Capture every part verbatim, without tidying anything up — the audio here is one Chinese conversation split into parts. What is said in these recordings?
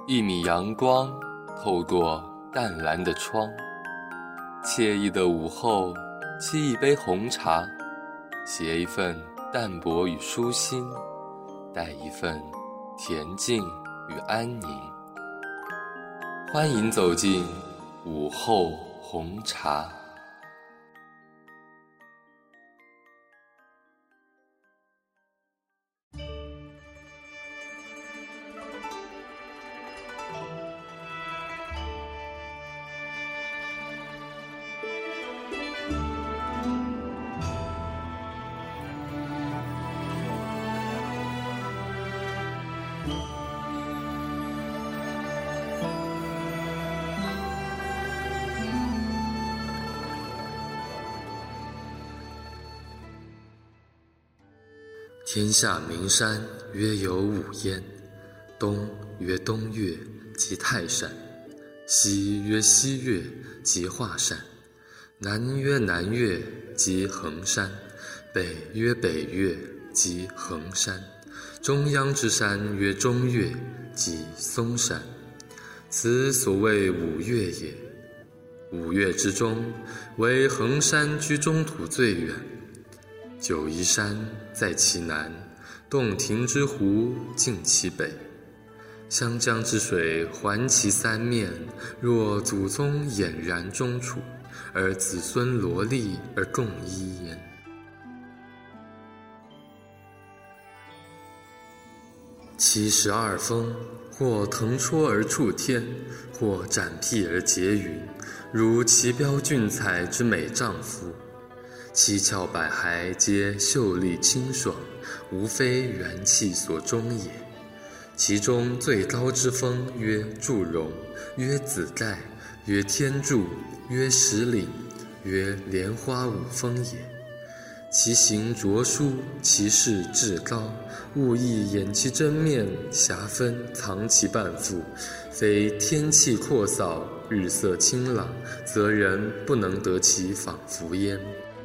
一米阳光透过淡蓝的窗，惬意的午后，沏一杯红茶，携一份淡泊与舒心，带一份恬静与安宁。欢迎走进午后红茶。天下名山约有五焉，东曰东岳，即泰山；西曰西岳，即华山；南曰南岳，即衡山；北曰北岳，即衡山；中央之山曰中岳，即嵩山。此所谓五岳也。五岳之中，唯衡山居中土最远。九嶷山在其南，洞庭之湖近其北，湘江之水环其三面。若祖宗俨然中处，而子孙罗立而共依焉。其十二峰，或腾戳而触天，或展辟而结云，如其标俊采之美丈夫。七窍百骸皆秀丽清爽，无非元气所终也。其中最高之峰曰祝融，曰子盖，曰天柱，曰石岭，曰莲花五峰也。其形卓殊，其势至高，物亦掩其真面，遐分藏其半腹。非天气阔扫，日色清朗，则人不能得其仿佛焉。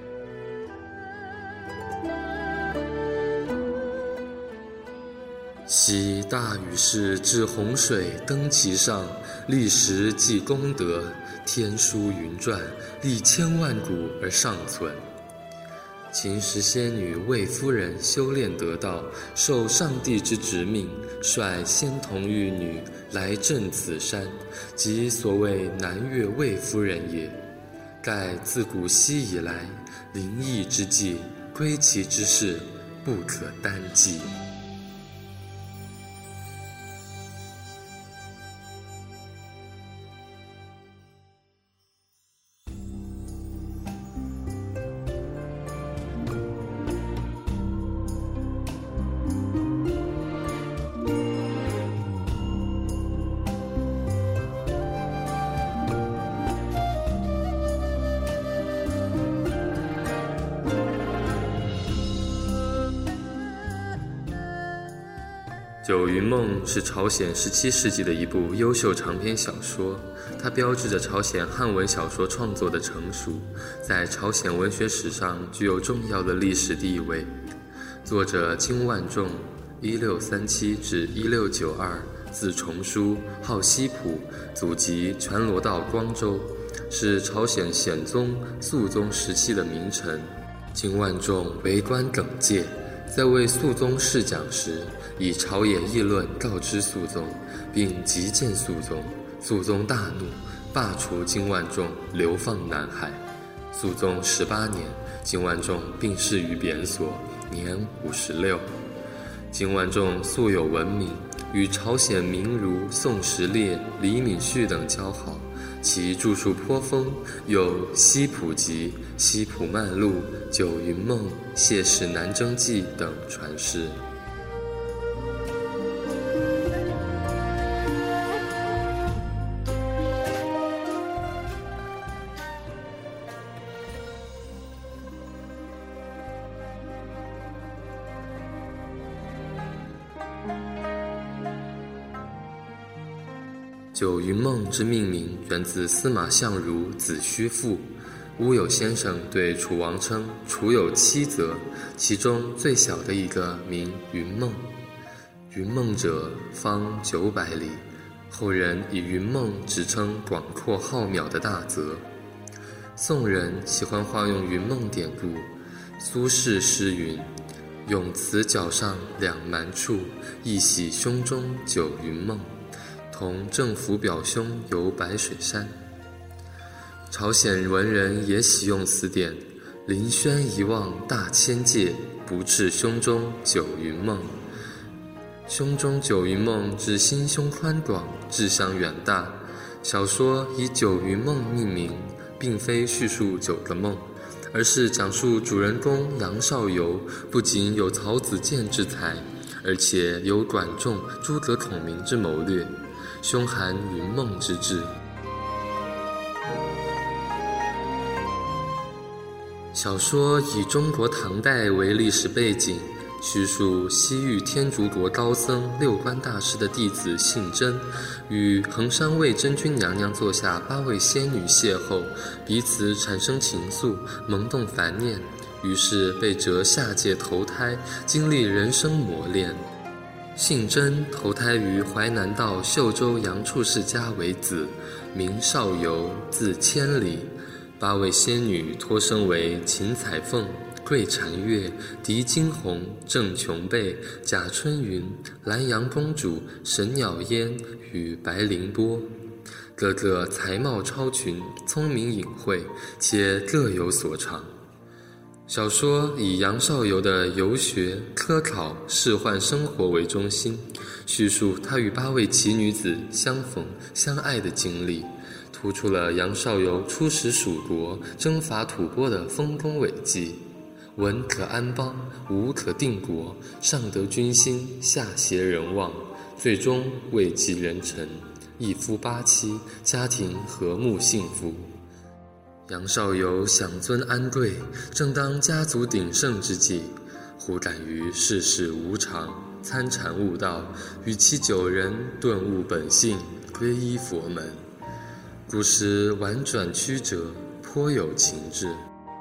昔大禹士治洪水，登其上，历时记功德，天书云传，历千万古而尚存。秦时仙女魏夫人修炼得道，受上帝之职命，率仙童玉女来镇此山，即所谓南岳魏夫人也。盖自古稀以来，灵异之际，归奇之事，不可单计。《九云梦》是朝鲜十七世纪的一部优秀长篇小说，它标志着朝鲜汉文小说创作的成熟，在朝鲜文学史上具有重要的历史地位。作者金万仲（一六三七至一六九二），字崇书，号西浦，祖籍全罗道光州，是朝鲜显宗、肃宗时期的名臣。金万仲为官耿介，在为肃宗侍讲时，以朝野议论告知肃宗，并急见肃宗。肃宗大怒，罢黜金万仲，流放南海。肃宗十八年，金万仲病逝于贬所，年五十六。金万仲素有闻名，与朝鲜名儒宋时烈、李敏旭等交好，其著述颇丰，有《西浦集》《西浦漫录》《九云梦》《谢氏南征记》等传世。九云梦之命名源自司马相如《子虚赋》，乌有先生对楚王称楚有七则，其中最小的一个名云梦。云梦者方九百里， 后人以云梦指称广阔浩渺的大泽。宋人喜欢化用云梦典故，苏轼诗云：永辞角上两蛮处，一喜胸中九云梦，同政府表兄游白水山。朝鲜文人也喜用此典，临轩一望大千界，不斥胸中九云梦。胸中九云梦指心胸宽广，志向远大。小说以九云梦命名，并非叙述九个梦，而是讲述主人公杨少游不仅有曹子建之才，而且有管仲、诸葛孔明之谋略，胸含云梦之志。小说以中国唐代为历史背景，叙述西域天竺国高僧六官大师的弟子信真与衡山卫真君娘娘座下八位仙女邂逅，彼此产生情愫，萌动凡念，于是被折下界投胎，经历人生磨练。信真投胎于淮南道秀州杨处世家为子，名少游，字千里。八位仙女托生为秦彩凤、桂婵月、狄金红、郑琼贝、贾春云、兰阳公主、沈鸟烟与白凌波，个个才貌超群，聪明隐晦，且各有所长。小说以杨少游的游学、科考、仕宦生活为中心，叙述他与八位奇女子相逢相爱的经历，突出了杨少游出使蜀国、征伐吐蕃的丰功伟绩。文可安邦，武可定国，上得军心，下协人望，最终位极人臣，一夫八妻，家庭和睦幸福。杨少游享尊安贵，正当家族鼎盛之际，忽感于世事无常，参禅悟道，与其九人顿悟本性，皈依佛门。故事婉转曲折，颇有情致。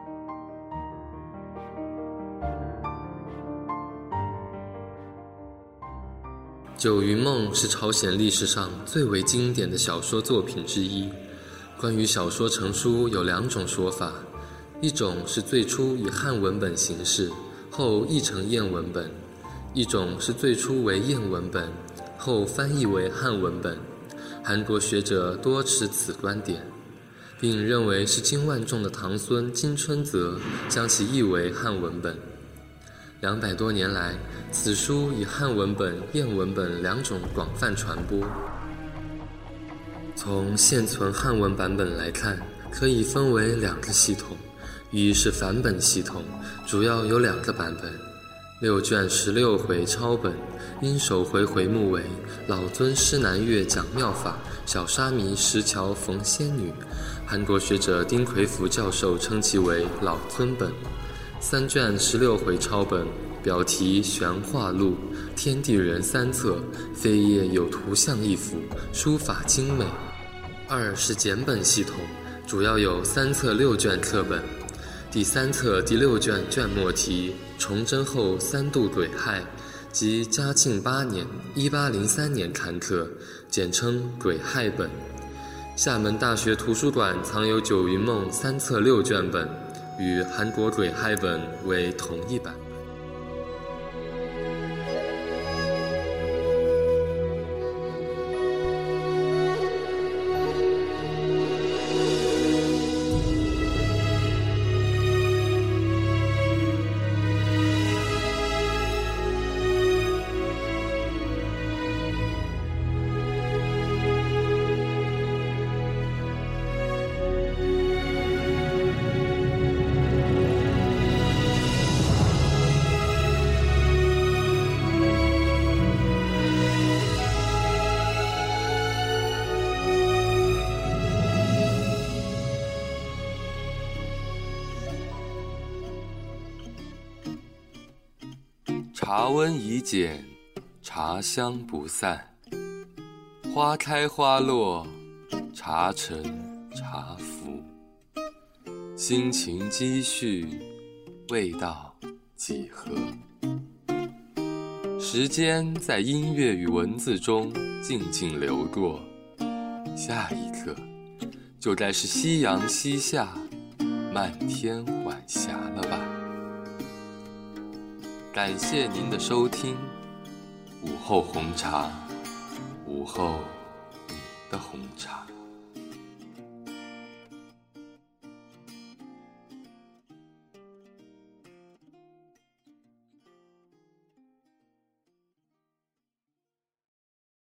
九云梦是朝鲜历史上最为经典的小说作品之一。关于小说成书有两种说法，一种是最初以汉文本形式，后译成谚文本；一种是最初为谚文本，后翻译为汉文本。韩国学者多持此观点，并认为是金万仲的堂孙金春泽将其译为汉文本。两百多年来，此书以汉文本、谚文本两种广泛传播。从现存汉文版本来看，可以分为两个系统，一是繁本系统，主要有两个版本，六卷十六回抄本，因首回回目为老尊师南岳讲妙法，小沙弥石桥逢仙女，韩国学者丁奎福教授称其为老尊本。三卷十六回抄本，表题玄化录，天地人三册，扉页有图像一幅，书法精美。二是简本系统，主要有三册六卷课本，第三册第六卷卷末题崇祯后三度癸亥，即嘉庆八年一八零三年刊刻，简称癸亥本。厦门大学图书馆藏有九云梦三册六卷本，与韩国癸亥本为同一版。 茶温已减，茶香不散，花开花落，茶沉茶浮，心情积蓄，味道几何？ 时间在音乐与文字中静静流过，下一刻就该是夕阳西下，漫天晚霞了吧。感谢您的收听，午后红茶，午后你的红茶。